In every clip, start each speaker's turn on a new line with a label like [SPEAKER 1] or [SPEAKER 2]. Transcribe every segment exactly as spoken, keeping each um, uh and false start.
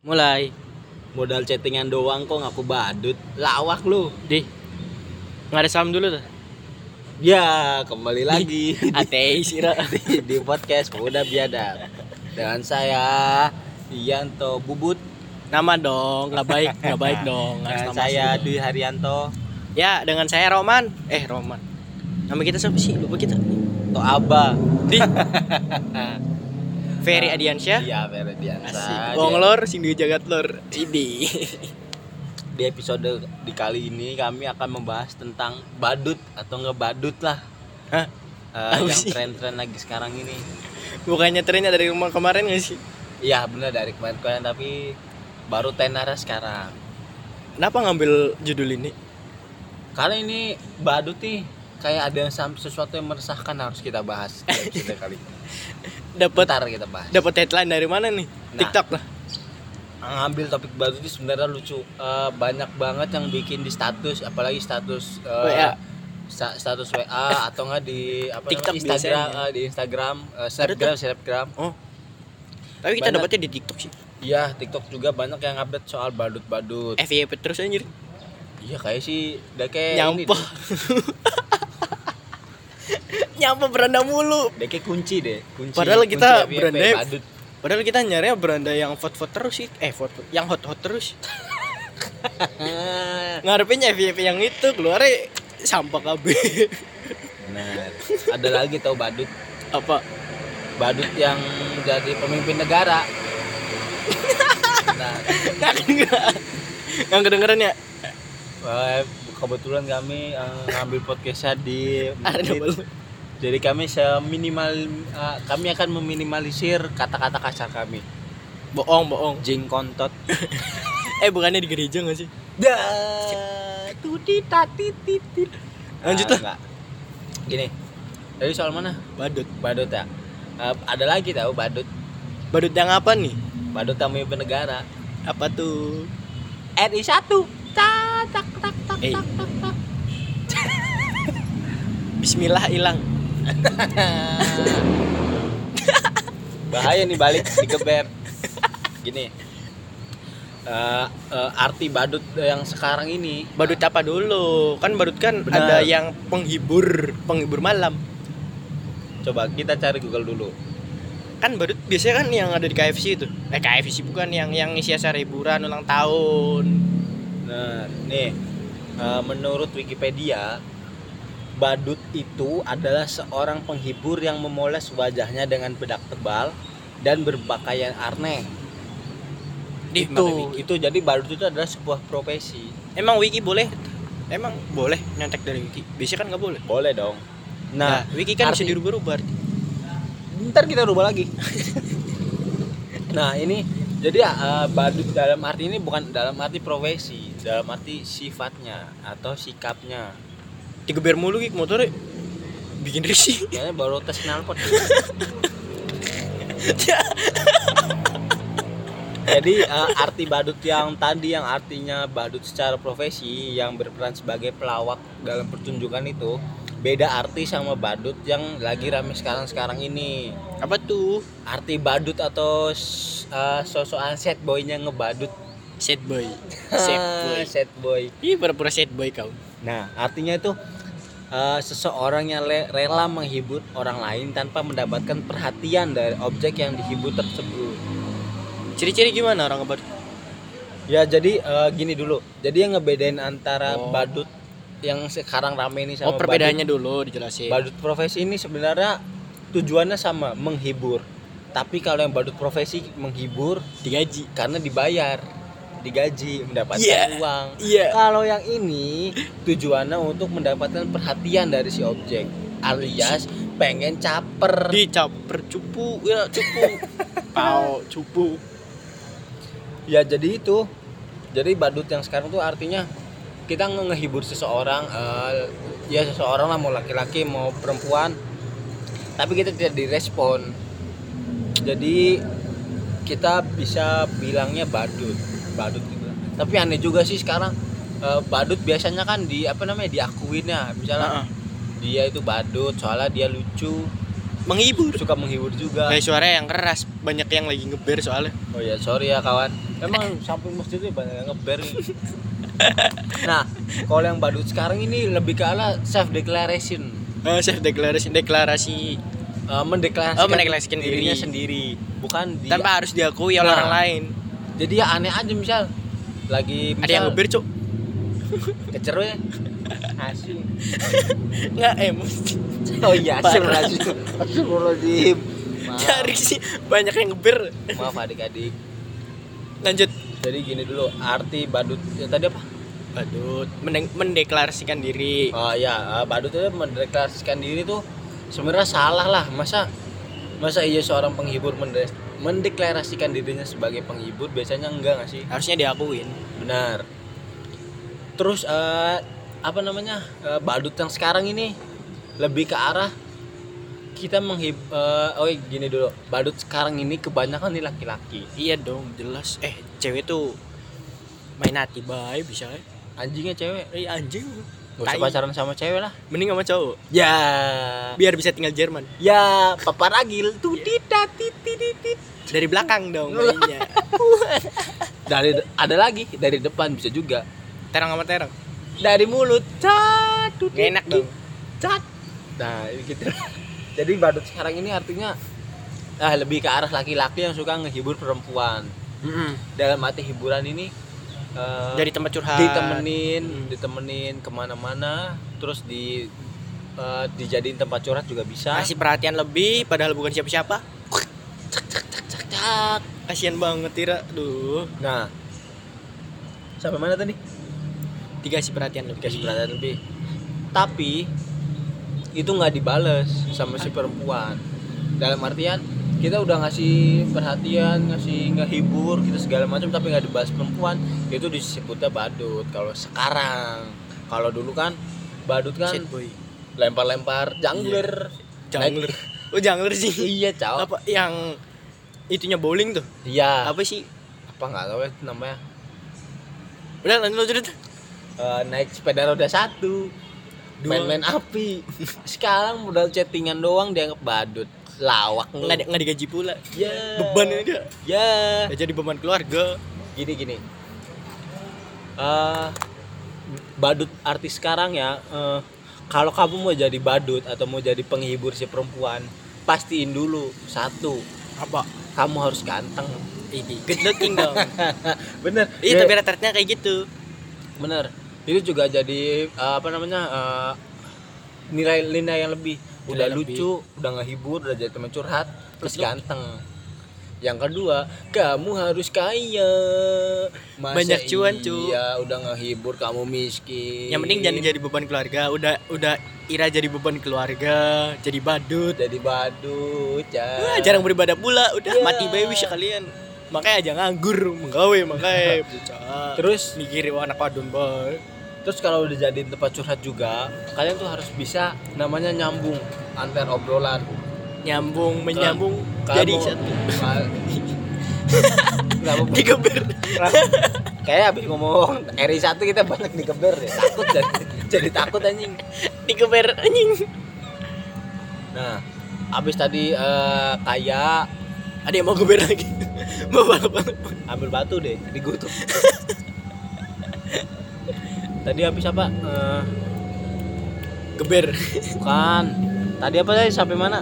[SPEAKER 1] Mulai.
[SPEAKER 2] Modal chattingan doang kok ngaku badut. Lawak lu.
[SPEAKER 1] Di. Nggak ada salam dulu tuh.
[SPEAKER 2] Ya, kembali lagi
[SPEAKER 1] Ateis ira.
[SPEAKER 2] di, di podcast Pemuda Biadab. Dengan saya Yanto Bubut.
[SPEAKER 1] Nama dong, nggak baik, nggak baik dong. Nggak
[SPEAKER 2] Dan
[SPEAKER 1] nama
[SPEAKER 2] saya
[SPEAKER 1] asli dong.
[SPEAKER 2] Dwi Haryanto.
[SPEAKER 1] Ya, dengan saya Roman. Eh, Roman. Nama kita siapa sih? Lupa kita.
[SPEAKER 2] To Aba.
[SPEAKER 1] Di. Ferry Adiansyah.
[SPEAKER 2] Iya, Ferdiansa.
[SPEAKER 1] Asik. Wong lor, sing di jagat lor. Idi.
[SPEAKER 2] Di episode di kali ini kami akan membahas tentang badut atau ngebadut lah.
[SPEAKER 1] Hah?
[SPEAKER 2] Uh,
[SPEAKER 1] Apa
[SPEAKER 2] yang
[SPEAKER 1] sih?
[SPEAKER 2] tren-tren lagi sekarang ini.
[SPEAKER 1] Bukannya trennya dari kema- kemarin nggak sih?
[SPEAKER 2] Iya benar dari kemarin-kemarin tapi baru tenarnya sekarang.
[SPEAKER 1] Kenapa ngambil judul ini?
[SPEAKER 2] Karena ini badut nih kayak ada yang sam- sesuatu yang meresahkan harus kita bahas di episode kali ini.
[SPEAKER 1] Dapat
[SPEAKER 2] Bentar kita bahas.
[SPEAKER 1] dapat headline dari mana nih?
[SPEAKER 2] Nah.
[SPEAKER 1] TikTok lah.
[SPEAKER 2] Ngambil topik badut ini sebenarnya lucu. Eh, banyak banget yang bikin di status, apalagi status eh,
[SPEAKER 1] W A.
[SPEAKER 2] sta- status W A atau enggak di apa
[SPEAKER 1] TikTok
[SPEAKER 2] namanya, Instagram,
[SPEAKER 1] biasanya.
[SPEAKER 2] eh, di Instagram, eh,
[SPEAKER 1] Ada
[SPEAKER 2] Snapgram, Snapgram.
[SPEAKER 1] Oh. Tapi kita
[SPEAKER 2] Banyak.
[SPEAKER 1] dapatnya di TikTok sih.
[SPEAKER 2] Iya, TikTok juga banyak yang update soal badut-badut.
[SPEAKER 1] F Y P terus anjir.
[SPEAKER 2] Iya kayak sih udah kayak ini
[SPEAKER 1] Nyampah. Nyampah beranda mulu.
[SPEAKER 2] deh. Dia kayak kunci deh, kunci.
[SPEAKER 1] Padahal kita
[SPEAKER 2] kunci F Y P,
[SPEAKER 1] beranda-
[SPEAKER 2] badut.
[SPEAKER 1] Padahal kita nyarinya beranda yang vote-vote terus sih. Eh, vote yang hot-hot terus. Ngarepinnya F Y P yang itu keluarnya sampah K B.
[SPEAKER 2] Benar. Ada lagi tau badut,
[SPEAKER 1] Apa?
[SPEAKER 2] badut yang jadi pemimpin negara. Nah,
[SPEAKER 1] Yang kedengeran ya?
[SPEAKER 2] eh, kebetulan kami eh, ngambil podcastnya di
[SPEAKER 1] Ada double.
[SPEAKER 2] jadi kami seminimal eh, kami akan meminimalisir kata-kata kasar kami.
[SPEAKER 1] Bohong, bohong.
[SPEAKER 2] Jing kontot.
[SPEAKER 1] Eh, bukannya di gereja enggak sih?
[SPEAKER 2] Dah. Tutita tititit.
[SPEAKER 1] Lanjut lah.
[SPEAKER 2] Enggak. Gini. Dari soal mana?
[SPEAKER 1] Badut.
[SPEAKER 2] Badut ya. Eh, ada lagi tahu badut.
[SPEAKER 1] Badut yang apa nih?
[SPEAKER 2] Badut yang memimpin negara.
[SPEAKER 1] Apa tuh?
[SPEAKER 2] R I satu. Tak tak tak tak
[SPEAKER 1] Eh.
[SPEAKER 2] tak tak tak.
[SPEAKER 1] Bismillah hilang.
[SPEAKER 2] Bahaya nih balik digeber. Gini. Eh, eh, arti badut yang sekarang ini
[SPEAKER 1] Badut apa dulu? Kan badut kan
[SPEAKER 2] Benar.
[SPEAKER 1] ada yang penghibur, penghibur malam.
[SPEAKER 2] coba kita cari Google dulu.
[SPEAKER 1] Kan badut biasanya kan yang ada di K F C itu. Eh, K F C bukan yang yang ngisi acara hiburan ulang tahun.
[SPEAKER 2] Nah, nih eh, menurut Wikipedia, badut itu adalah seorang penghibur yang memoles wajahnya dengan bedak tebal dan berpakaian aneh.
[SPEAKER 1] Di
[SPEAKER 2] Itu, itu jadi badut itu adalah sebuah profesi.
[SPEAKER 1] Emang Wiki boleh? Emang boleh nyontek dari Wiki? Biasanya kan nggak boleh.
[SPEAKER 2] Boleh dong.
[SPEAKER 1] Nah,
[SPEAKER 2] Nah,
[SPEAKER 1] Wiki kan
[SPEAKER 2] arti-
[SPEAKER 1] bisa dirubah-rubah.
[SPEAKER 2] ntar kita rubah lagi. Nah, ini jadi eh, badut dalam arti ini bukan dalam arti profesi, dalam arti sifatnya atau sikapnya.
[SPEAKER 1] Digeber mulu Wiki motornya. Bikin risih.
[SPEAKER 2] Kayaknya baru tes knalpot. Jadi eh, arti badut yang tadi yang artinya badut secara profesi yang berperan sebagai pelawak dalam pertunjukan itu beda arti sama badut yang lagi rame sekarang-sekarang ini.
[SPEAKER 1] Apa tuh?
[SPEAKER 2] Arti badut atau uh, sosokan sad boy-nya ngebadut.
[SPEAKER 1] Sad boy. Sad boy.
[SPEAKER 2] Sad boy.
[SPEAKER 1] Ih, pura-pura sad boy kau.
[SPEAKER 2] Nah, artinya itu uh, seseorang yang le- rela menghibur orang lain tanpa mendapatkan perhatian dari objek yang dihibur tersebut.
[SPEAKER 1] Ciri-ciri gimana orang ngebadut?
[SPEAKER 2] Ya jadi uh, gini dulu. Jadi yang ngebedain antara
[SPEAKER 1] Oh.
[SPEAKER 2] badut yang sekarang rame ini sama
[SPEAKER 1] Oh, perbedaannya dulu dijelasin.
[SPEAKER 2] badut, badut profesi ini sebenarnya tujuannya sama, menghibur. Tapi kalau yang badut profesi menghibur
[SPEAKER 1] Digaji.
[SPEAKER 2] karena dibayar, digaji, mendapatkan
[SPEAKER 1] Iya.
[SPEAKER 2] uang.
[SPEAKER 1] Iya.
[SPEAKER 2] Kalau yang ini tujuannya untuk mendapatkan perhatian dari si objek, alias pengen caper.
[SPEAKER 1] Dicaper cupu, ya cupu. Pau, cupu.
[SPEAKER 2] Ya jadi itu. Jadi badut yang sekarang tuh artinya kita nge- ngehibur seseorang, eh, ya seseorang lah mau laki-laki mau perempuan, tapi kita tidak direspon. Jadi kita bisa bilangnya badut, badut gitu. Tapi aneh juga sih sekarang eh, badut biasanya kan di apa namanya diakuin ya, misalnya
[SPEAKER 1] Heeh.
[SPEAKER 2] dia itu badut soalnya dia lucu,
[SPEAKER 1] Menghibur.
[SPEAKER 2] suka menghibur juga.
[SPEAKER 1] Kayak suaranya yang keras, banyak yang lagi ngeber soalnya.
[SPEAKER 2] Oh ya sorry ya kawan. Emang samping masjid itu banyak yang ngeber. Nah, kalau yang badut sekarang ini lebih ke arah self declaration.
[SPEAKER 1] Oh, self deklarasi deklarasi
[SPEAKER 2] Uh, mendeklarasikan,
[SPEAKER 1] Oh, mendeklarasikan
[SPEAKER 2] dirinya
[SPEAKER 1] diri.
[SPEAKER 2] sendiri, bukan dia.
[SPEAKER 1] tanpa harus diakui oleh
[SPEAKER 2] Nah.
[SPEAKER 1] orang lain.
[SPEAKER 2] Jadi ya aneh aja misal lagi misal
[SPEAKER 1] Ada yang ngeber, Cuk.
[SPEAKER 2] kecer ya. Asyik.
[SPEAKER 1] Enggak emos.
[SPEAKER 2] Oh iya,
[SPEAKER 1] Parah.
[SPEAKER 2] astagfirullahaladzim. Astagfirullahaladzim. Maaf,
[SPEAKER 1] Cari sih banyak yang ngeber.
[SPEAKER 2] maaf adik-adik.
[SPEAKER 1] Lanjut.
[SPEAKER 2] Jadi gini dulu, arti badut ya, tadi apa?
[SPEAKER 1] Badut Mendek- mendeklarasikan diri.
[SPEAKER 2] Oh ya, badut itu mendeklarasikan diri tuh sebenarnya salah lah. Masa masa iya seorang penghibur mende- mendeklarasikan dirinya sebagai penghibur? Biasanya enggak nggak sih?
[SPEAKER 1] Harusnya diakuin.
[SPEAKER 2] Benar. Terus eh, apa namanya? eh, badut yang sekarang ini lebih ke arah kita menghib eh, oh gini dulu. Badut sekarang ini kebanyakan nih laki-laki.
[SPEAKER 1] Iya dong, jelas. Eh, cewek tuh main hati baik bisa kan?
[SPEAKER 2] Anjingnya cewek.
[SPEAKER 1] Eh, anjing.
[SPEAKER 2] Gak usah
[SPEAKER 1] Tai.
[SPEAKER 2] pacaran sama cewek lah.
[SPEAKER 1] Mending sama cowok.
[SPEAKER 2] Ya.
[SPEAKER 1] Biar bisa tinggal Jerman.
[SPEAKER 2] Ya, papa ragil tuh tidak titit.
[SPEAKER 1] Dari belakang dong mainnya.
[SPEAKER 2] Dari ada lagi dari depan bisa juga.
[SPEAKER 1] Terang sama terang.
[SPEAKER 2] Dari mulut. Cat. tut,
[SPEAKER 1] Nggak enak dong.
[SPEAKER 2] Cat. Nah, ini gitu. Jadi badut sekarang ini artinya ah lebih ke arah laki-laki yang suka ngehibur perempuan. Dalam arti hiburan ini eh,
[SPEAKER 1] Dari tempat curhat.
[SPEAKER 2] ditemenin,
[SPEAKER 1] Hmm.
[SPEAKER 2] ditemenin kemana-mana, terus di eh, dijadiin tempat curhat juga bisa.
[SPEAKER 1] Kasih perhatian lebih padahal bukan siapa-siapa.
[SPEAKER 2] Cak cak cak cak cak.
[SPEAKER 1] Kasian banget Tira. Duh.
[SPEAKER 2] Nah, sampai mana tadi?
[SPEAKER 1] Dikasih perhatian lebih.
[SPEAKER 2] Dikasih perhatian lebih. Tapi itu nggak dibales sama si perempuan. Dalam artian kita udah ngasih perhatian, ngasih ngehibur, kita segala macam, tapi nggak dibahas perempuan, itu disebutnya badut. Kalau sekarang, kalau dulu kan badut kan
[SPEAKER 1] Sad boy.
[SPEAKER 2] lempar-lempar jungler.
[SPEAKER 1] Jungler.
[SPEAKER 2] Naik-
[SPEAKER 1] Oh, jungler sih.
[SPEAKER 2] Iya, caw.
[SPEAKER 1] Apa yang itunya bowling tuh?
[SPEAKER 2] Iya.
[SPEAKER 1] Apa sih?
[SPEAKER 2] Apa nggak tahu ya namanya.
[SPEAKER 1] Udah lanjut lanjut.
[SPEAKER 2] Eh, naik sepeda roda satu,
[SPEAKER 1] Dua.
[SPEAKER 2] main-main api. Sekarang modal chattingan doang dianggap badut. Lawak lu.
[SPEAKER 1] Nggak, di- nggak digaji pula.
[SPEAKER 2] Ya.
[SPEAKER 1] Beban ini dia.
[SPEAKER 2] Ya.
[SPEAKER 1] Udah jadi beban keluarga.
[SPEAKER 2] Gini gini. Eh badut artis sekarang ya. eh, kalau kamu mau jadi badut atau mau jadi penghibur si perempuan, pastiin dulu satu,
[SPEAKER 1] Apa?
[SPEAKER 2] kamu harus ganteng.
[SPEAKER 1] Ini good looking dong.
[SPEAKER 2] Bener.
[SPEAKER 1] Iya,
[SPEAKER 2] Ya,
[SPEAKER 1] tapi rata-ratanya kayak gitu.
[SPEAKER 2] bener. Itu juga jadi eh, apa namanya? eh, nilai-nilai yang lebih. Udah
[SPEAKER 1] Nilai lebih.
[SPEAKER 2] lucu, udah ngehibur, udah jadi teman curhat, terus
[SPEAKER 1] Betul.
[SPEAKER 2] ganteng. Yang kedua, kamu harus kaya. Masa
[SPEAKER 1] Banyak cuan, cu.
[SPEAKER 2] Iya, udah ngehibur kamu miskin.
[SPEAKER 1] Yang penting jangan jadi beban keluarga. Udah udah Ira jadi beban keluarga, jadi badut.
[SPEAKER 2] jadi badut ya.
[SPEAKER 1] Wah, jarang beribadah pula. Udah
[SPEAKER 2] Ya.
[SPEAKER 1] mati bae wis sekalian. Makanya aja nganggur, menggawe makanya bocah.
[SPEAKER 2] Terus
[SPEAKER 1] mikir anak wadon bae.
[SPEAKER 2] terus kalau udah jadi tempat curhat juga, kalian tuh harus bisa namanya nyambung antar obrolan.
[SPEAKER 1] Nyambung menyambung
[SPEAKER 2] Kamu-
[SPEAKER 1] jadi satu.
[SPEAKER 2] Kal- Kenapa Bu?
[SPEAKER 1] Digeber.
[SPEAKER 2] Kayak abis ngomong R I satu kita banyak digeber deh. Takut jadi, jadi takut anjing.
[SPEAKER 1] Digeber anjing.
[SPEAKER 2] Nah, abis tadi eh, kayak
[SPEAKER 1] Ada yang mau geber lagi. Mau balap-balap.
[SPEAKER 2] ambil batu deh, digutuk. Tadi habis apa? Eh,
[SPEAKER 1] Geber.
[SPEAKER 2] bukan. Tadi apa tadi sampai mana?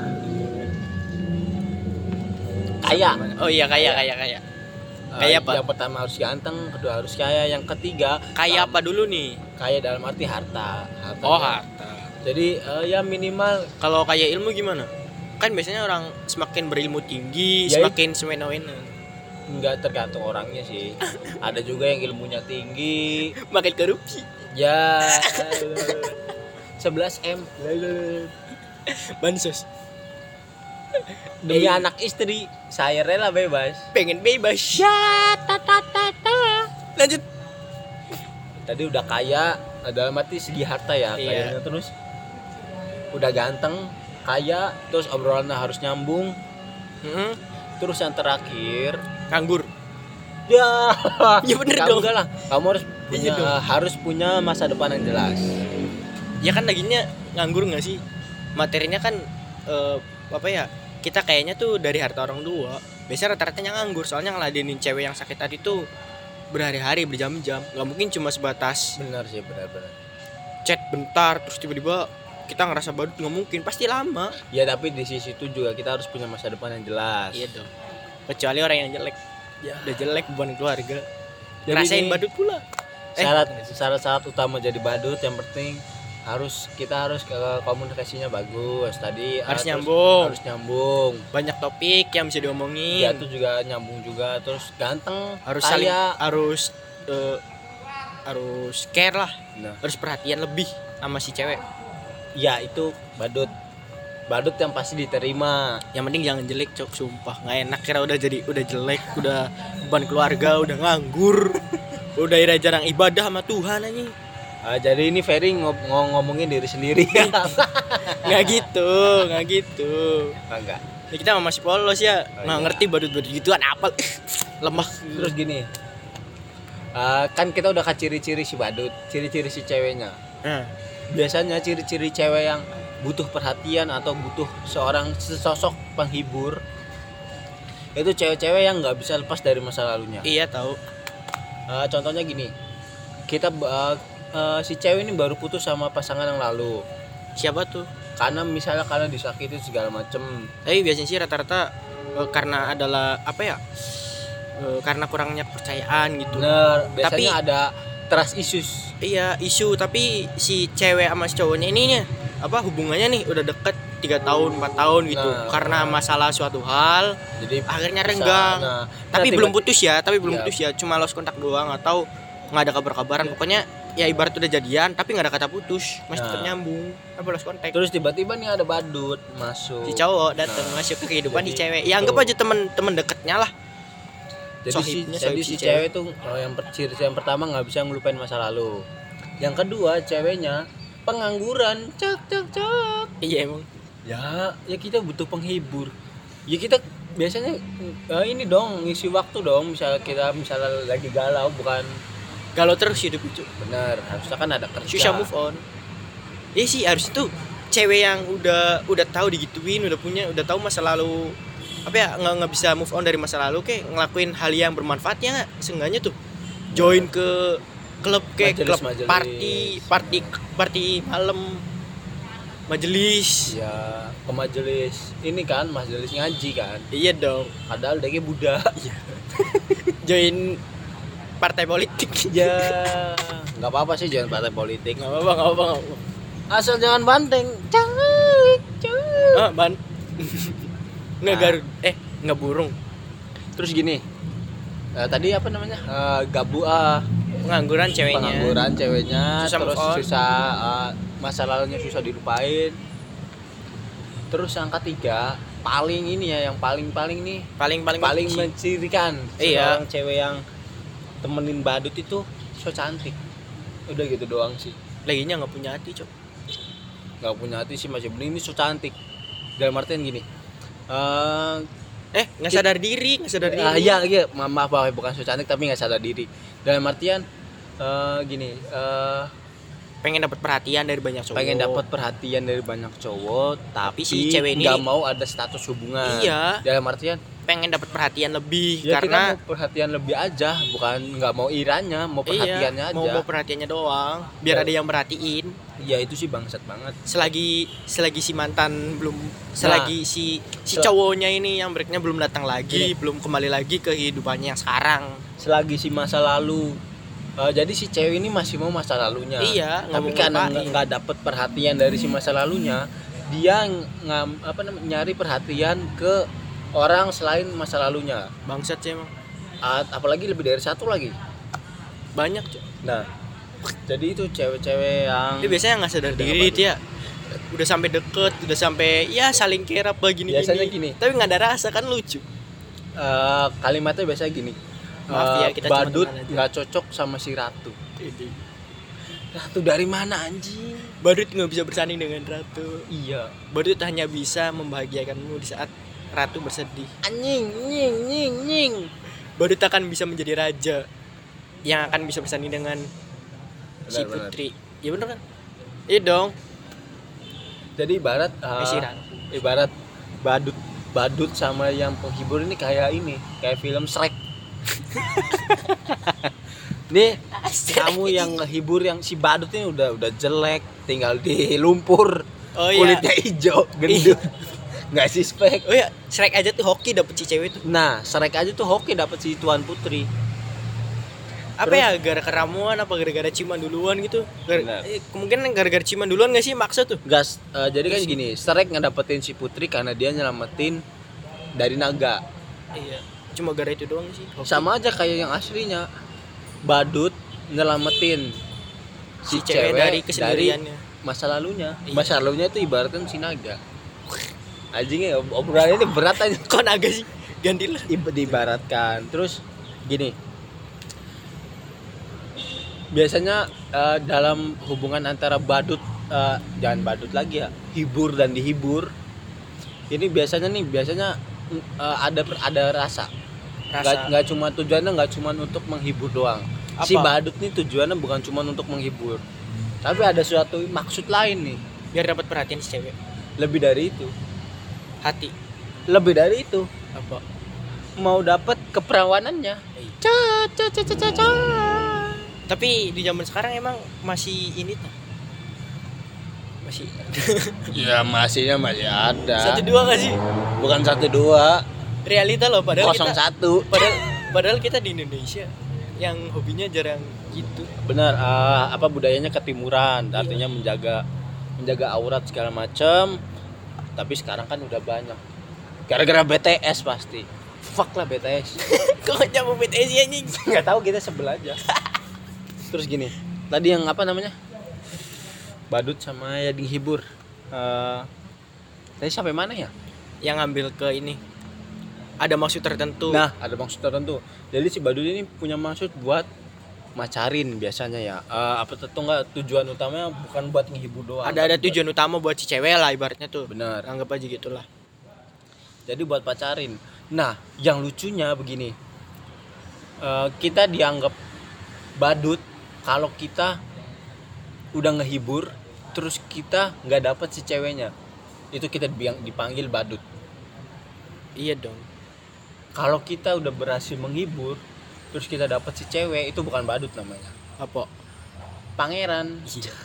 [SPEAKER 2] Kaya.
[SPEAKER 1] Oh iya kaya kaya kaya.
[SPEAKER 2] Eh,
[SPEAKER 1] Kaya apa?
[SPEAKER 2] Yang pertama harus ganteng, kedua harus kaya, yang ketiga
[SPEAKER 1] Kaya
[SPEAKER 2] kam-
[SPEAKER 1] apa dulu nih?
[SPEAKER 2] Kaya dalam arti harta. harta
[SPEAKER 1] Oh, harta.
[SPEAKER 2] Jadi eh, ya minimal
[SPEAKER 1] Kalau kaya ilmu gimana? Kan biasanya orang semakin berilmu tinggi,
[SPEAKER 2] Ya,
[SPEAKER 1] semakin semena-mena.
[SPEAKER 2] nggak tergantung orangnya sih. Ada juga yang ilmunya tinggi.
[SPEAKER 1] Makin korupsi.
[SPEAKER 2] Ya. sebelas M.
[SPEAKER 1] Bansos.
[SPEAKER 2] Demi
[SPEAKER 1] Eh.
[SPEAKER 2] anak istri, saya rela bebas.
[SPEAKER 1] Pengen bebas. Ya, ta ta ta ta. Lanjut.
[SPEAKER 2] Tadi udah kaya, dalam arti segi harta ya,
[SPEAKER 1] Iya.
[SPEAKER 2] kayaknya terus udah ganteng, kaya, terus obrolannya harus nyambung.
[SPEAKER 1] Heeh.
[SPEAKER 2] Terus yang terakhir,
[SPEAKER 1] Nganggur.
[SPEAKER 2] ya,
[SPEAKER 1] Ya bener
[SPEAKER 2] kamu
[SPEAKER 1] dong.
[SPEAKER 2] enggak lah, kamu harus punya
[SPEAKER 1] Iya dong.
[SPEAKER 2] harus punya masa depan yang jelas.
[SPEAKER 1] Ya kan laginya nganggur nggak sih? Materinya kan eh, apa ya? Kita kayaknya tuh dari harta orang tua. biasanya rata-ratanya nganggur, soalnya ngeladenin cewek yang sakit hati tuh berhari-hari, berjam-jam. Nggak mungkin cuma sebatas
[SPEAKER 2] Benar sih, benar-benar.
[SPEAKER 1] chat bentar terus tiba-tiba kita ngerasa badut, nggak mungkin, pasti lama.
[SPEAKER 2] Ya tapi di sisi itu juga kita harus punya masa depan yang jelas.
[SPEAKER 1] Iya dong, kecuali orang yang jelek,
[SPEAKER 2] Ya.
[SPEAKER 1] udah jelek beban keluarga,
[SPEAKER 2] Jadi
[SPEAKER 1] ngerasain
[SPEAKER 2] ini
[SPEAKER 1] badut pula.
[SPEAKER 2] Syarat syarat-syarat utama jadi badut yang penting harus kita harus ke komunikasinya bagus tadi,
[SPEAKER 1] Harus
[SPEAKER 2] terus
[SPEAKER 1] nyambung.
[SPEAKER 2] harus nyambung.
[SPEAKER 1] Banyak topik yang bisa
[SPEAKER 2] Ya
[SPEAKER 1] diomongin,
[SPEAKER 2] itu juga nyambung juga, terus ganteng,
[SPEAKER 1] harus saling,
[SPEAKER 2] kaya.
[SPEAKER 1] harus eh, harus care lah,
[SPEAKER 2] Nah,
[SPEAKER 1] harus perhatian lebih sama si cewek.
[SPEAKER 2] ya itu badut. Badut yang pasti diterima.
[SPEAKER 1] Yang penting jangan jelek, cok, sumpah nggak enak. Kira udah jadi udah jelek, udah beban keluarga, udah nganggur, udah ira jarang ibadah sama Tuhan anjing.
[SPEAKER 2] Ah, jadi ini Ferry ngom- ngom- ngomongin diri sendiri.
[SPEAKER 1] Nggak gitu, nggak gitu.
[SPEAKER 2] Ah, enggak.
[SPEAKER 1] Ya, kita masih polos ya,
[SPEAKER 2] Oh,
[SPEAKER 1] nggak
[SPEAKER 2] iya.
[SPEAKER 1] ngerti badut-badut gituan apa. Lemah.
[SPEAKER 2] Terus gini. Ah, kan kita udah kasih ciri-ciri si badut, ciri-ciri si ceweknya.
[SPEAKER 1] Nah,
[SPEAKER 2] Biasanya ciri-ciri cewek yang butuh perhatian atau butuh seorang sesosok penghibur itu cewek-cewek yang nggak bisa lepas dari masa lalunya.
[SPEAKER 1] iya tahu.
[SPEAKER 2] Uh, contohnya gini, kita uh, uh, si cewek ini baru putus sama pasangan yang lalu
[SPEAKER 1] Siapa tuh?
[SPEAKER 2] karena misalnya karena disakiti segala macem.
[SPEAKER 1] Tapi biasanya sih rata-rata eh, karena adalah apa ya? Eh, karena kurangnya kepercayaan gitu.
[SPEAKER 2] Bener, biasanya
[SPEAKER 1] Tapi-
[SPEAKER 2] ada trust issues.
[SPEAKER 1] Iya, isu, tapi si cewek sama si cowoknya ini nih apa hubungannya nih udah deket tiga tahun empat tahun gitu.
[SPEAKER 2] Nah,
[SPEAKER 1] Karena masalah suatu hal
[SPEAKER 2] Jadi
[SPEAKER 1] akhirnya
[SPEAKER 2] bisa-
[SPEAKER 1] renggang.
[SPEAKER 2] nah,
[SPEAKER 1] Tapi
[SPEAKER 2] nah,
[SPEAKER 1] belum
[SPEAKER 2] tiba-
[SPEAKER 1] putus ya, tapi belum
[SPEAKER 2] Iya.
[SPEAKER 1] putus ya, cuma lost kontak doang atau nggak ada kabar-kabaran. Pokoknya ya ibarat udah jadian tapi nggak ada kata putus, masih tetap
[SPEAKER 2] Nah.
[SPEAKER 1] nyambung, apa lost kontak.
[SPEAKER 2] Terus tiba-tiba nih ada badut masuk.
[SPEAKER 1] Si cowok datang
[SPEAKER 2] Nah,
[SPEAKER 1] masuk ke kehidupan
[SPEAKER 2] jadi
[SPEAKER 1] si cewek. Ya anggap
[SPEAKER 2] itu.
[SPEAKER 1] aja temen-temen deketnya lah.
[SPEAKER 2] Jadi si,
[SPEAKER 1] Sohibnya,
[SPEAKER 2] jadi
[SPEAKER 1] sohib
[SPEAKER 2] si
[SPEAKER 1] si
[SPEAKER 2] cewek tuh oh, yang per- ciri yang pertama nggak bisa ngelupain masa lalu. Yang kedua ceweknya pengangguran. Cak cak cak.
[SPEAKER 1] Iya emang.
[SPEAKER 2] Ya, ya kita butuh penghibur. Ya kita biasanya eh, ini dong ngisi waktu dong. Misalnya kita misalnya lagi galau bukan
[SPEAKER 1] Galau terus hidup itu.
[SPEAKER 2] benar. Harusnya kan ada kerja.
[SPEAKER 1] Susah move on. Iya sih harus itu cewek yang udah udah tahu digituin, udah punya, udah tahu masa lalu apa ya, nggak nggak bisa move on dari masa lalu, kayak ngelakuin hal yang bermanfaat ya nggak? Seenggaknya tuh join ke klub, kayak
[SPEAKER 2] Majelis,
[SPEAKER 1] klub
[SPEAKER 2] majelis.
[SPEAKER 1] party party party malam, majelis.
[SPEAKER 2] Ya ke majelis ini kan majelis ngaji kan.
[SPEAKER 1] Iya dong,
[SPEAKER 2] Padahal dia budak.
[SPEAKER 1] join partai politik.
[SPEAKER 2] Ya nggak apa-apa sih jangan partai politik.
[SPEAKER 1] Nggak apa-apa, nggak apa-apa, nggak apa-apa.
[SPEAKER 2] Asal jangan banteng. Cek, cek.
[SPEAKER 1] Ah, ban. Nggak
[SPEAKER 2] Ah.
[SPEAKER 1] garut, eh nggak burung.
[SPEAKER 2] Terus gini. eh, tadi apa namanya? Eh, gabu ah
[SPEAKER 1] Pengangguran ceweknya.
[SPEAKER 2] pengangguran ceweknya,
[SPEAKER 1] Susah
[SPEAKER 2] terus
[SPEAKER 1] move on.
[SPEAKER 2] susah eh, masa lalunya susah dilupain. Terus yang ketiga, paling ini ya yang paling-paling nih
[SPEAKER 1] Paling paling
[SPEAKER 2] paling
[SPEAKER 1] benci.
[SPEAKER 2] mencirikan
[SPEAKER 1] Iya.
[SPEAKER 2] seorang cewek yang temenin badut itu so cantik. Udah gitu doang sih.
[SPEAKER 1] Laginya nggak punya hati, cok.
[SPEAKER 2] Nggak punya hati sih masih mending ini so cantik. Dalam artian gini. Eh
[SPEAKER 1] Eh nggak sadar diri, nggak sadar diri.
[SPEAKER 2] Ah, iya, iya, Ma- maaf, maaf, bukan so cantik tapi nggak sadar diri. Dalam artian eh gini, eh
[SPEAKER 1] Pengen dapat perhatian dari banyak cowok.
[SPEAKER 2] pengen dapat perhatian dari banyak cowok, tapi
[SPEAKER 1] si cewek ini-
[SPEAKER 2] nggak mau ada status hubungan.
[SPEAKER 1] Iya.
[SPEAKER 2] Dalam artian
[SPEAKER 1] Pengen dapat perhatian lebih
[SPEAKER 2] ya
[SPEAKER 1] karena
[SPEAKER 2] kita mau perhatian lebih aja, bukan nggak mau iranya, mau perhatiannya
[SPEAKER 1] iya,
[SPEAKER 2] aja.
[SPEAKER 1] mau mau perhatiannya doang, biar
[SPEAKER 2] Ya.
[SPEAKER 1] ada yang merhatiin.
[SPEAKER 2] Ya itu sih bangsat banget.
[SPEAKER 1] Selagi selagi si mantan belum, selagi si si
[SPEAKER 2] sel-
[SPEAKER 1] cowoknya ini yang breaknya belum datang lagi, belum kembali lagi ke kehidupannya yang sekarang.
[SPEAKER 2] Selagi si masa lalu eh, jadi si cewek ini masih mau masa lalunya.
[SPEAKER 1] Iya, nggak
[SPEAKER 2] Tapi
[SPEAKER 1] mau
[SPEAKER 2] karena
[SPEAKER 1] ngelupain.
[SPEAKER 2] nggak nggak dapet perhatian dari si masa lalunya, dia ngam, apa namanya nyari perhatian ke orang selain masa lalunya.
[SPEAKER 1] Bangsat sih emang.
[SPEAKER 2] A- apalagi lebih dari satu lagi.
[SPEAKER 1] Banyak, cok.
[SPEAKER 2] Nah, jadi itu cewek-cewek yang
[SPEAKER 1] Dia biasanya nggak sadar
[SPEAKER 2] Udah
[SPEAKER 1] diri
[SPEAKER 2] apa
[SPEAKER 1] dia. Udah sampai deket, udah sampai ya saling care apa gini
[SPEAKER 2] Biasanya gini.
[SPEAKER 1] Tapi nggak ada rasa, kan lucu.
[SPEAKER 2] eh, kalimatnya biasanya gini.
[SPEAKER 1] Maaf
[SPEAKER 2] eh,
[SPEAKER 1] ya, kita cuma
[SPEAKER 2] badut
[SPEAKER 1] teman aja.
[SPEAKER 2] nggak cocok sama si ratu. Ratu dari mana anjing?
[SPEAKER 1] Badut nggak bisa bersanding dengan ratu.
[SPEAKER 2] Iya.
[SPEAKER 1] Badut hanya bisa membahagiakanmu di saat ratu bersedih.
[SPEAKER 2] Anjing, nying, nying, nying.
[SPEAKER 1] Badut akan bisa menjadi raja yang akan bisa bersanding dengan si
[SPEAKER 2] Benar, benar.
[SPEAKER 1] putri. Ya bener kan? Iya dong.
[SPEAKER 2] Jadi ibarat eh,
[SPEAKER 1] Eh, si ratu.
[SPEAKER 2] ibarat badut badut sama yang penghibur ini kayak ini, kayak film Shrek. Nih kamu yang ngehibur yang si badut ini udah udah jelek, tinggal di lumpur,
[SPEAKER 1] Oh iya.
[SPEAKER 2] kulitnya hijau, gendut, nggak sispek.
[SPEAKER 1] Oh ya, Shrek aja tuh hoki dapet si cewek tuh.
[SPEAKER 2] Nah, Shrek aja tuh hoki dapet si Tuan Putri.
[SPEAKER 1] Apa
[SPEAKER 2] Terus?
[SPEAKER 1] ya, gara-gara ramuan apa gara-gara ciuman duluan gitu? Gara-
[SPEAKER 2] Benar.
[SPEAKER 1] eh, kemungkinan gara-gara ciuman duluan gak sih maksa tuh?
[SPEAKER 2] Gas, eh, jadi kan gini, Shrek ngedapetin si Putri karena dia nyelamatin dari naga.
[SPEAKER 1] Iya. Cuma gara itu doang sih. Hoki.
[SPEAKER 2] Sama aja kayak yang aslinya. Badut nyelamatin
[SPEAKER 1] Si cewek dari kesendiriannya.
[SPEAKER 2] masa lalunya.
[SPEAKER 1] Iya.
[SPEAKER 2] Masa lalunya itu ibaratkan si naga. Anjingnya ob- obrolannya ini berat aja.
[SPEAKER 1] Kok naga sih? Gantilah.
[SPEAKER 2] Ib- diibaratkan. Terus gini. Biasanya eh, dalam hubungan antara badut eh, jangan badut lagi ya, hibur dan dihibur. Ini biasanya nih, biasanya eh, ada ada rasa. Nggak,
[SPEAKER 1] Rasa.
[SPEAKER 2] nggak cuma tujuannya nggak cuma untuk menghibur doang.
[SPEAKER 1] Apa?
[SPEAKER 2] Si badut nih tujuannya bukan cuma untuk menghibur, tapi ada suatu maksud lain nih.
[SPEAKER 1] Biar dapat perhatian si cewek.
[SPEAKER 2] Lebih dari itu,
[SPEAKER 1] Hati.
[SPEAKER 2] lebih dari itu,
[SPEAKER 1] Apa?
[SPEAKER 2] mau dapat keperawanannya. Ca ca ca ca ca ca.
[SPEAKER 1] Tapi di zaman sekarang emang masih ini tuh. Masih
[SPEAKER 2] Ya masihnya masih ada.
[SPEAKER 1] satu dua gak sih?
[SPEAKER 2] Bukan satu dua,
[SPEAKER 1] Realita loh, padahal
[SPEAKER 2] kosong
[SPEAKER 1] kita
[SPEAKER 2] satu.
[SPEAKER 1] padahal padahal kita di Indonesia yang hobinya jarang gitu.
[SPEAKER 2] Benar, eh, apa budayanya ketimuran, artinya menjaga menjaga aurat segala macam. Tapi sekarang kan udah banyak. Gara-gara B T S pasti. Fuck lah B T S.
[SPEAKER 1] Kok nyambung B T S anjing?
[SPEAKER 2] Nggak tahu, kita sebel aja. Terus gini, tadi yang apa namanya? Badut sama ya dihibur. Eh, tadi sampai mana ya?
[SPEAKER 1] Yang ngambil ke ini. Ada maksud tertentu.
[SPEAKER 2] Nah, ada maksud tertentu. Jadi si badut ini punya maksud buat macarin biasanya ya. Eh, apa tentu nggak, tujuan utamanya bukan buat menghibur doang.
[SPEAKER 1] ada ada
[SPEAKER 2] tapi
[SPEAKER 1] tujuan utama buat si cewek lah ibaratnya tuh.
[SPEAKER 2] buat- Benar.
[SPEAKER 1] Anggap aja gitulah.
[SPEAKER 2] Jadi buat pacarin. Nah, yang lucunya begini. Eh, kita dianggap badut kalau kita udah ngehibur terus kita nggak dapet si ceweknya. Itu kita dibiang- dipanggil badut.
[SPEAKER 1] Iya dong.
[SPEAKER 2] Kalau kita udah berhasil menghibur terus kita dapet si cewek, itu bukan badut namanya.
[SPEAKER 1] Apa?
[SPEAKER 2] Pangeran.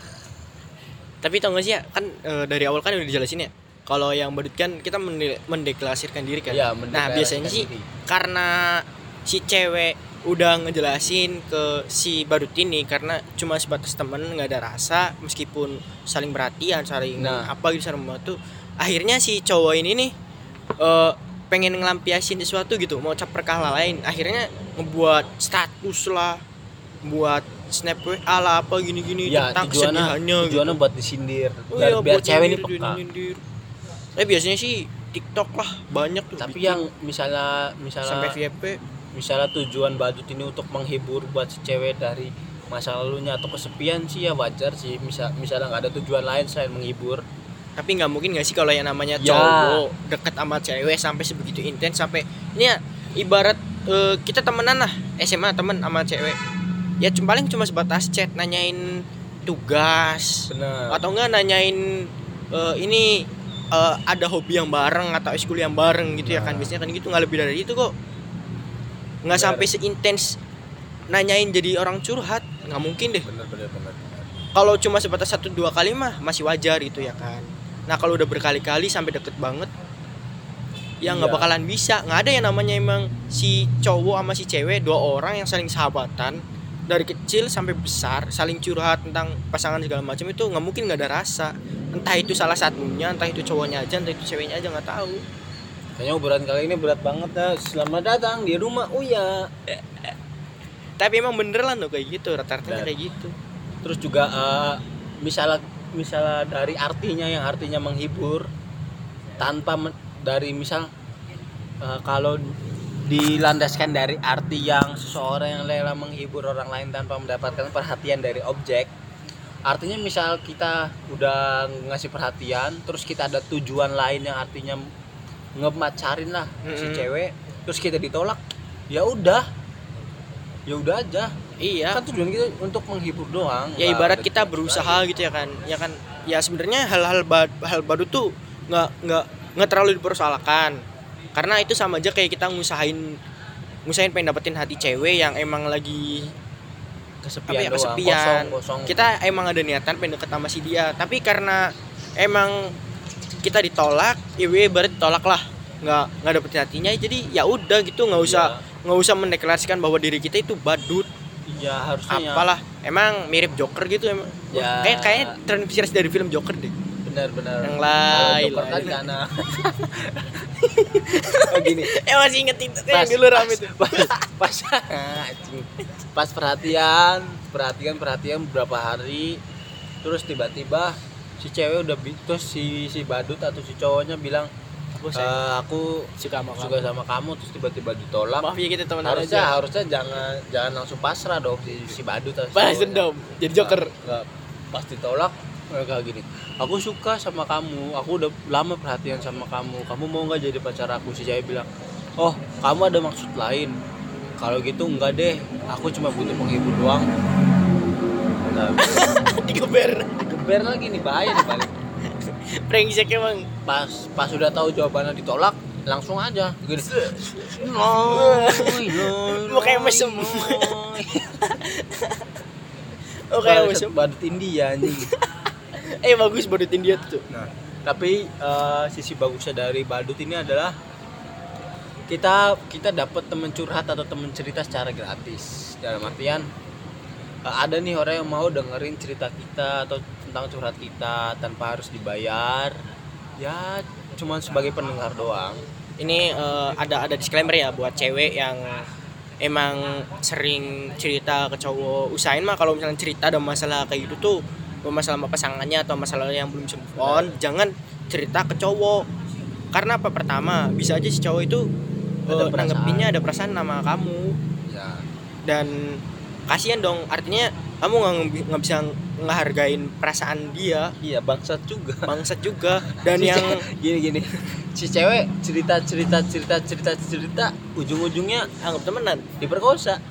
[SPEAKER 1] Tapi tau gak sih ya, kan e, dari awal kan udah dijelasin ya. Kalau yang badut kan kita mende- mendeklarasikan diri kan.
[SPEAKER 2] Iya,
[SPEAKER 1] Nah,
[SPEAKER 2] mendeklarasikan
[SPEAKER 1] biasanya sih
[SPEAKER 2] diri.
[SPEAKER 1] karena si cewek udah ngejelasin ke si badut ini karena cuma sebatas temen, nggak ada rasa, meskipun saling perhatian, saling
[SPEAKER 2] Nah.
[SPEAKER 1] apa gitu, saling membantu. Akhirnya si cowok ini nih e, pengen ngelampiasin sesuatu gitu, mau caper ke hal lain. Akhirnya ngebuat status lah, buat snap W A lah apa gini-gini
[SPEAKER 2] Ya,
[SPEAKER 1] tentang
[SPEAKER 2] tujuannya
[SPEAKER 1] kesedihannya
[SPEAKER 2] tujuannya
[SPEAKER 1] gitu.
[SPEAKER 2] buat disindir.
[SPEAKER 1] Oh
[SPEAKER 2] biar
[SPEAKER 1] iya,
[SPEAKER 2] biar
[SPEAKER 1] buat
[SPEAKER 2] cewek ini
[SPEAKER 1] nyindir,
[SPEAKER 2] peka.
[SPEAKER 1] nyindir. Tapi biasanya sih TikTok lah banyak tuh.
[SPEAKER 2] Tapi
[SPEAKER 1] bikin.
[SPEAKER 2] yang misalnya misalnya
[SPEAKER 1] sampai V I P
[SPEAKER 2] misalnya tujuan badut ini untuk menghibur buat si cewek dari masa lalunya atau kesepian sih ya wajar sih. Misal misalnya nggak ada tujuan lain selain menghibur.
[SPEAKER 1] tapi nggak mungkin nggak sih kalau yang namanya
[SPEAKER 2] Ya.
[SPEAKER 1] cowok deket sama cewek sampai sebegitu intens, sampai ini ya ibarat eh, kita temenan lah S M A, temen sama cewek ya cuma paling cuma sebatas chat nanyain tugas
[SPEAKER 2] Benar.
[SPEAKER 1] atau enggak nanyain eh, ini eh, ada hobi yang bareng atau eskul yang bareng gitu ya kan,
[SPEAKER 2] Nah.
[SPEAKER 1] biasanya kan gitu, nggak lebih dari itu kok. Nggak
[SPEAKER 2] Benar.
[SPEAKER 1] sampai seintens nanyain jadi orang curhat, nggak mungkin deh.
[SPEAKER 2] Benar benar benar. benar.
[SPEAKER 1] Kalau cuma sebatas satu dua kali mah masih wajar gitu ya kan. Nah kalau udah berkali-kali sampai deket banget, ya nggak
[SPEAKER 2] Iya.
[SPEAKER 1] bakalan bisa. Nggak ada yang namanya emang si cowok sama si cewek, dua orang yang saling sahabatan dari kecil sampai besar, saling curhat tentang pasangan segala macam, itu nggak mungkin nggak ada rasa. Entah itu salah satunya, entah itu cowoknya aja, entah itu ceweknya aja, nggak tahu.
[SPEAKER 2] Kayaknya obrolan kali ini berat banget ya. Selamat datang di rumah Uya.
[SPEAKER 1] Tapi emang bener lah tuh kayak gitu, rata-ratanya
[SPEAKER 2] Dan-
[SPEAKER 1] kayak gitu.
[SPEAKER 2] Terus juga eh, misalnya misalnya dari artinya yang artinya menghibur tanpa men- dari misal eh, kalau dilandaskan dari arti yang seseorang yang rela menghibur orang lain tanpa mendapatkan perhatian dari objek. Artinya misal kita udah ngasih perhatian terus kita ada tujuan lain yang artinya ngemacarin lah si
[SPEAKER 1] Mm-mm.
[SPEAKER 2] cewek, terus kita ditolak, ya udah ya udah aja.
[SPEAKER 1] Iya.
[SPEAKER 2] Kan tujuan kita untuk menghibur doang.
[SPEAKER 1] Ya
[SPEAKER 2] nggak
[SPEAKER 1] ibarat
[SPEAKER 2] ada
[SPEAKER 1] kita
[SPEAKER 2] tujuan
[SPEAKER 1] berusaha
[SPEAKER 2] lain.
[SPEAKER 1] gitu ya kan. Ya kan. Ya sebenarnya hal-hal bad, hal badut tuh nggak nggak nggak terlalu dipersoalkan. Karena itu sama aja kayak kita ngusahain ngusahain pengen dapetin hati cewek yang emang lagi
[SPEAKER 2] kesepian
[SPEAKER 1] apa ya,
[SPEAKER 2] doang,
[SPEAKER 1] kesepian.
[SPEAKER 2] kosong, kosong.
[SPEAKER 1] Kita emang ada niatan pengen deket sama si dia, tapi karena emang kita ditolak, ya we berarti ditolak lah, nggak nggak dapetin hatinya, jadi ya udah gitu, nggak usah nggak usah mendeklarasikan bahwa diri kita itu badut.
[SPEAKER 2] Iya harusnya ya.
[SPEAKER 1] Apalah, emang mirip Joker gitu emang.
[SPEAKER 2] Ya.
[SPEAKER 1] Kayak kayak terinspirasi dari film Joker deh.
[SPEAKER 2] Benar-benar.
[SPEAKER 1] Yang
[SPEAKER 2] Kalau
[SPEAKER 1] lain.
[SPEAKER 2] Joker kan karena oh gini.
[SPEAKER 1] Eh masih inget itu
[SPEAKER 2] Pas,
[SPEAKER 1] kayak dulu rame tuh.
[SPEAKER 2] pas, pas, anjing. Pas perhatian, perhatian, perhatian beberapa hari, terus tiba-tiba si cewek udah bi- terus si si badut atau si cowoknya bilang,
[SPEAKER 1] Aku
[SPEAKER 2] "Eh, aku
[SPEAKER 1] suka sama
[SPEAKER 2] suka sama kamu," terus tiba-tiba ditolak.
[SPEAKER 1] Maaf ya kita teman
[SPEAKER 2] harusnya
[SPEAKER 1] aja.
[SPEAKER 2] harusnya jangan jangan langsung pasrah dong si, si badut atau si
[SPEAKER 1] Balas
[SPEAKER 2] cowoknya.
[SPEAKER 1] dendam. Jadi Joker.
[SPEAKER 2] Nggak, nggak. Pas ditolak mereka gini, aku suka sama kamu, aku udah lama perhatian sama kamu, kamu mau nggak jadi pacar aku? Si cewek bilang, oh kamu ada maksud lain, kalau gitu enggak deh, aku cuma butuh penghibur doang. Nah,
[SPEAKER 1] Dikeber.
[SPEAKER 2] geber lagi nih, bahaya nih balik.
[SPEAKER 1] Brengsek emang.
[SPEAKER 2] Pas pas udah tahu jawabannya ditolak, langsung aja gini.
[SPEAKER 1] Mau kayak mesem. Oh kayak mesem.
[SPEAKER 2] Badut India anjing.
[SPEAKER 1] Eh bagus badutin dia tuh.
[SPEAKER 2] Nah, tapi uh, sisi bagusnya dari badut ini adalah kita kita dapat teman curhat atau teman cerita secara gratis. Dalam artian uh, ada nih orang yang mau dengerin cerita kita atau tentang curhat kita tanpa harus dibayar. Ya, cuma sebagai pendengar doang.
[SPEAKER 1] Ini uh, ada ada disclaimer ya buat cewek yang emang sering cerita ke cowok. Usahain mah kalau misalnya cerita ada masalah kayak gitu tuh, masalah sama pasangannya atau masalah yang belum bisa move on, jangan cerita ke cowok. Karena apa? Pertama, bisa aja si cowok itu
[SPEAKER 2] Ada
[SPEAKER 1] uh,
[SPEAKER 2] perasaan.
[SPEAKER 1] nanggepinnya ada perasaan sama kamu.
[SPEAKER 2] Ya.
[SPEAKER 1] Dan kasihan dong, artinya kamu nggak nggak bisa ngehargain perasaan dia,
[SPEAKER 2] Iya, bangsat juga.
[SPEAKER 1] bangsat juga. Dan
[SPEAKER 2] Si
[SPEAKER 1] yang
[SPEAKER 2] ce- gini-gini. Si cewek cerita-cerita cerita-cerita cerita ujung-ujungnya
[SPEAKER 1] anggap temenan,
[SPEAKER 2] diperkosa.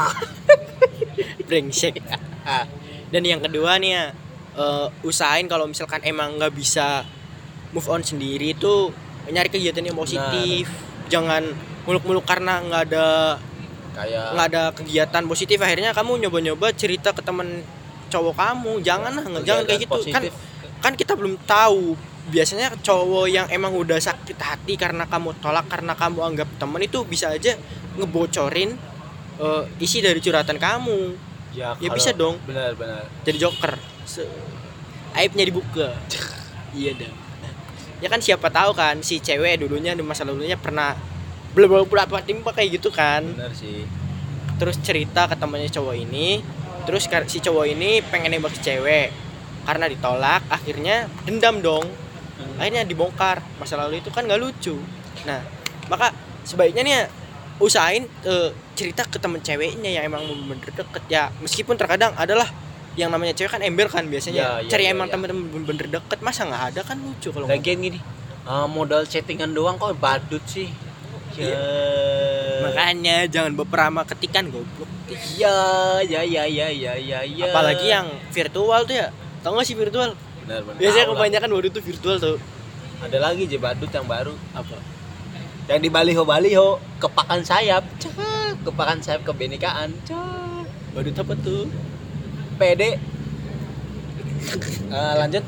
[SPEAKER 1] brengsek.
[SPEAKER 2] Ah,
[SPEAKER 1] Dan yang kedua nih ya, uh, usahain kalau misalkan emang nggak bisa move on sendiri itu nyari kegiatan yang positif. Jangan muluk-muluk karena nggak ada
[SPEAKER 2] kayak
[SPEAKER 1] nggak ada kegiatan positif akhirnya kamu nyoba-nyoba cerita ke temen cowok kamu. Jangan lah, nggak- jangan kayak gitu kan.
[SPEAKER 2] positif.
[SPEAKER 1] Kan kita belum tahu, biasanya cowok yang emang udah sakit hati karena kamu tolak, karena kamu anggap temen, itu bisa aja ngebocorin uh, isi dari curhatan kamu.
[SPEAKER 2] Ya,
[SPEAKER 1] Ya
[SPEAKER 2] kalau-
[SPEAKER 1] bisa dong.
[SPEAKER 2] Benar-benar.
[SPEAKER 1] Jadi Joker. Se- aibnya dibuka. Iya dong. Ya kan siapa tahu kan si cewek dulunya di masa lalunya pernah belum berapa timpa kayak gitu kan.
[SPEAKER 2] Benar sih.
[SPEAKER 1] Terus cerita ke temannya cowok ini, terus kar- si cowok ini pengen nembak si cewek. Karena ditolak, akhirnya dendam dong. Akhirnya dibongkar. Masa lalu itu kan nggak lucu. Nah, maka sebaiknya nih ya, usahain eh, cerita ke temen ceweknya yang emang bener deket ya. Meskipun terkadang adalah yang namanya cewek kan ember kan biasanya.
[SPEAKER 2] Ya, ya,
[SPEAKER 1] Cari
[SPEAKER 2] ya,
[SPEAKER 1] emang
[SPEAKER 2] ya.
[SPEAKER 1] temen-temen bener deket, masa nggak ada kan lucu kalau ngomong.
[SPEAKER 2] Lagian gini, ah, modal chattingan doang kok badut sih. Ya.
[SPEAKER 1] Makanya jangan baper sama ketikan goblok.
[SPEAKER 2] Ya, ya, ya, ya, ya, ya, ya.
[SPEAKER 1] Apalagi yang virtual tuh ya. Tau gak sih virtual?
[SPEAKER 2] benar benar.
[SPEAKER 1] Biasanya
[SPEAKER 2] Tahu lah.
[SPEAKER 1] kebanyakan baru tuh virtual tuh.
[SPEAKER 2] Ada lagi je badut yang baru.
[SPEAKER 1] Apa?
[SPEAKER 2] Yang di baliho baliho kepakan sayap. Cek, kepakan sayap kebenekaan. Cek.
[SPEAKER 1] Baru apa tuh?
[SPEAKER 2] Pede. Ah, lanjut.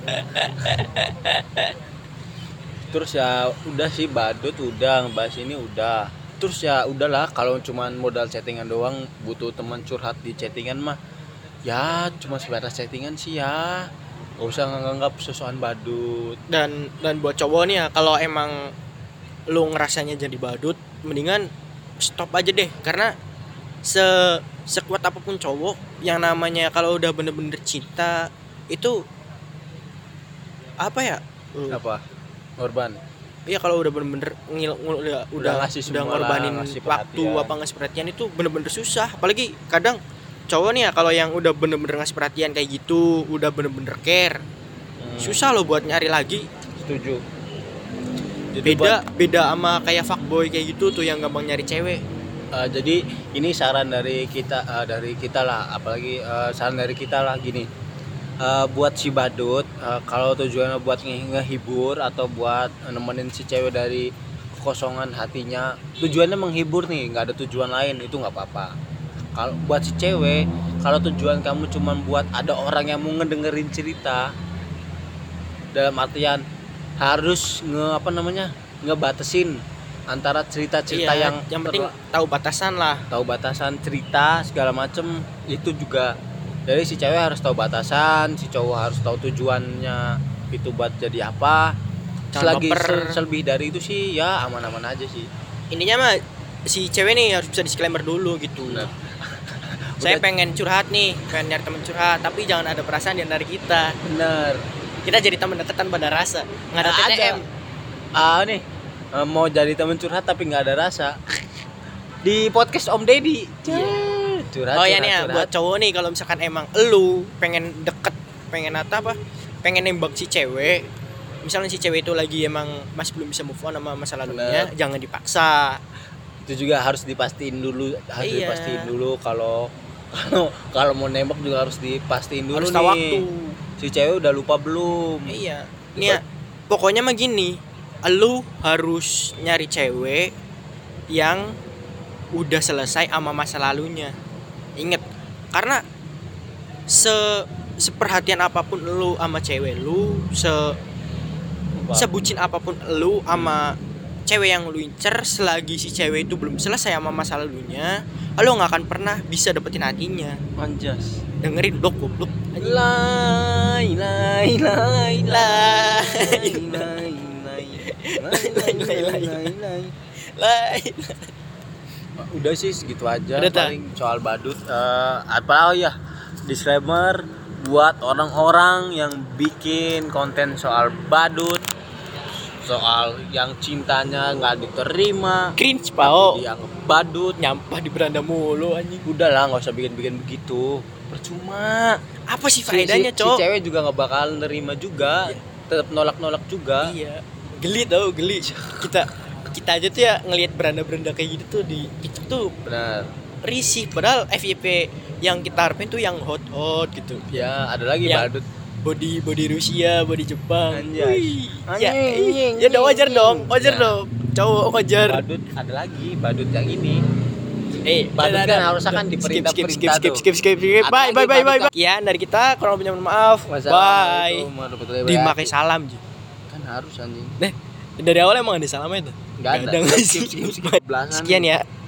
[SPEAKER 2] Terus ya udah sih badut udah ngebahas ini udah. Terus ya udahlah kalau cuman modal chattingan doang butuh teman curhat di chattingan mah ya cuma sebatas chattingan sih ya. Gak usah nganggap sosokan badut.
[SPEAKER 1] Dan dan buat cowok nih ya, kalau emang lu ngerasanya jadi badut, mendingan stop aja deh, karena se sekuat apapun cowok yang namanya kalau udah bener-bener cinta itu apa ya? Uh,
[SPEAKER 2] Apa? Korban.
[SPEAKER 1] Iya kalau udah bener-bener ngil, ngul- udah udah
[SPEAKER 2] ngasih
[SPEAKER 1] udah
[SPEAKER 2] semua
[SPEAKER 1] ngorbanin
[SPEAKER 2] lah, ngasih
[SPEAKER 1] waktu
[SPEAKER 2] perhatian.
[SPEAKER 1] apa ngasih perhatian itu bener-bener susah. Apalagi kadang cowok nih ya kalau yang udah bener-bener ngasih perhatian kayak gitu, udah bener-bener care,
[SPEAKER 2] Hmm,
[SPEAKER 1] susah loh buat nyari lagi.
[SPEAKER 2] Setuju. Jadi
[SPEAKER 1] Beda
[SPEAKER 2] buat-
[SPEAKER 1] beda sama kayak fuckboy kayak gitu tuh yang gampang nyari cewek.
[SPEAKER 2] Uh, jadi ini saran dari kita uh, dari kita lah apalagi uh, saran dari kita lah gini. Uh, buat si badut uh, kalau tujuannya buat nge- ngehibur atau buat nemenin si cewek dari kekosongan hatinya, tujuannya menghibur nih, nggak ada tujuan lain, itu nggak apa-apa. Kalau buat si cewek, kalau tujuan kamu cuma buat ada orang yang mau ngedengerin cerita, dalam artian harus nge apa namanya ngebatasin antara cerita-cerita
[SPEAKER 1] Iya,
[SPEAKER 2] yang
[SPEAKER 1] yang penting
[SPEAKER 2] terla-
[SPEAKER 1] tahu batasan lah.
[SPEAKER 2] tahu batasan cerita segala macem itu juga. Jadi si cewek harus tahu batasan, si cowok harus tahu tujuannya itu buat jadi apa.
[SPEAKER 1] Jangan
[SPEAKER 2] Selagi
[SPEAKER 1] baper.
[SPEAKER 2] sel- selebih dari itu sih ya aman-aman aja sih.
[SPEAKER 1] Intinya mah si cewek nih harus bisa disclaimer dulu gitu.
[SPEAKER 2] Benar.
[SPEAKER 1] Saya
[SPEAKER 2] Udah-
[SPEAKER 1] pengen curhat nih, pengen nyari temen curhat, tapi jangan ada perasaan di antara kita.
[SPEAKER 2] Bener.
[SPEAKER 1] Kita jadi teman dekatan pada rasa, nggak ada T T M.
[SPEAKER 2] Ah nih eh, mau jadi temen curhat tapi nggak ada rasa. Di podcast Om Deddy.
[SPEAKER 1] Iya.
[SPEAKER 2] Curhat.
[SPEAKER 1] Oh ya
[SPEAKER 2] curhat,
[SPEAKER 1] nih ya,
[SPEAKER 2] curhat.
[SPEAKER 1] buat cowok nih kalau misalkan emang elu pengen deket, pengen apa apa, pengen nembak si cewek. Misalnya si cewek itu lagi emang masih belum bisa move on sama masa lalunya,
[SPEAKER 2] Bener.
[SPEAKER 1] jangan dipaksa.
[SPEAKER 2] Itu juga harus dipastiin dulu, harus
[SPEAKER 1] Iya.
[SPEAKER 2] dipastiin dulu kalau kalau kalau mau nembak juga harus dipastiin dulu
[SPEAKER 1] Harus
[SPEAKER 2] nih.
[SPEAKER 1] tahu waktu.
[SPEAKER 2] Si cewek udah lupa belum?
[SPEAKER 1] Iya. Nih ya, pokoknya mah gini, elu harus nyari cewek yang udah selesai sama masa lalunya. Ingat, karena se seperhatian apapun lu sama cewek lu, se
[SPEAKER 2] Apa?
[SPEAKER 1] sebucin apapun lu sama cewek yang lu incer, selagi si cewek itu belum selesai sama masa lalunya, lu nggak akan pernah bisa dapetin hatinya.
[SPEAKER 2] Anjas.
[SPEAKER 1] Dengerin blok goblok.
[SPEAKER 2] Lai lai lai
[SPEAKER 1] Lai.
[SPEAKER 2] lai
[SPEAKER 1] Lai, lai, lai. Lah,
[SPEAKER 2] Udah sih segitu aja
[SPEAKER 1] Udah, tak?
[SPEAKER 2] paling soal badut. Eh, apa oh ya disclaimer buat orang-orang yang bikin konten soal badut, soal yang cintanya nggak diterima,
[SPEAKER 1] cringe pao.
[SPEAKER 2] dia badut.
[SPEAKER 1] Nyampah di beranda mulu anjing.
[SPEAKER 2] Udah lah, nggak usah bikin-bikin begitu, percuma.
[SPEAKER 1] Apa sih
[SPEAKER 2] Si-
[SPEAKER 1] faedahnya,
[SPEAKER 2] si, si
[SPEAKER 1] Cok?
[SPEAKER 2] cewek juga nggak bakal nerima juga, tetap nolak-nolak juga.
[SPEAKER 1] Iya. Geli tau, geli. Kita kita aja tuh ya ngelihat beranda-beranda kayak gitu tuh di TikTok tuh
[SPEAKER 2] Benar.
[SPEAKER 1] risih, padahal F Y P yang kita harapin tuh yang hot-hot gitu.
[SPEAKER 2] Ya ada lagi
[SPEAKER 1] Yang
[SPEAKER 2] badut.
[SPEAKER 1] body body Rusia, body Jepang.
[SPEAKER 2] Anjay.
[SPEAKER 1] Wih, ya,
[SPEAKER 2] Anjing,
[SPEAKER 1] ya udah wajar
[SPEAKER 2] anjing.
[SPEAKER 1] dong, wajar
[SPEAKER 2] Nah.
[SPEAKER 1] dong. Cowok wajar.
[SPEAKER 2] Badut ada lagi, badut yang ini.
[SPEAKER 1] Eh,
[SPEAKER 2] Badut
[SPEAKER 1] dah,
[SPEAKER 2] kan
[SPEAKER 1] dah,
[SPEAKER 2] harusnya kan
[SPEAKER 1] dah.
[SPEAKER 2] diperintah-perintah
[SPEAKER 1] skip, skip, skip,
[SPEAKER 2] tuh.
[SPEAKER 1] skip, skip, skip.
[SPEAKER 2] Ada
[SPEAKER 1] Bye,
[SPEAKER 2] lagi
[SPEAKER 1] bye, bye, bye,
[SPEAKER 2] badut.
[SPEAKER 1] bye. Sekian dari kita, kurang lebihnya mohon maaf. Bye.
[SPEAKER 2] Wassalamualaikum warahmatullahi wabarakatuh.
[SPEAKER 1] Dimakai salam, Ji.
[SPEAKER 2] Kan harus anjing.
[SPEAKER 1] Nah, dari awal emang ada salamnya tuh?
[SPEAKER 2] Nggak ada.
[SPEAKER 1] nggak
[SPEAKER 2] Skip,
[SPEAKER 1] sih.
[SPEAKER 2] skip, skip, skip. Belasan
[SPEAKER 1] Sekian
[SPEAKER 2] nih.
[SPEAKER 1] ya.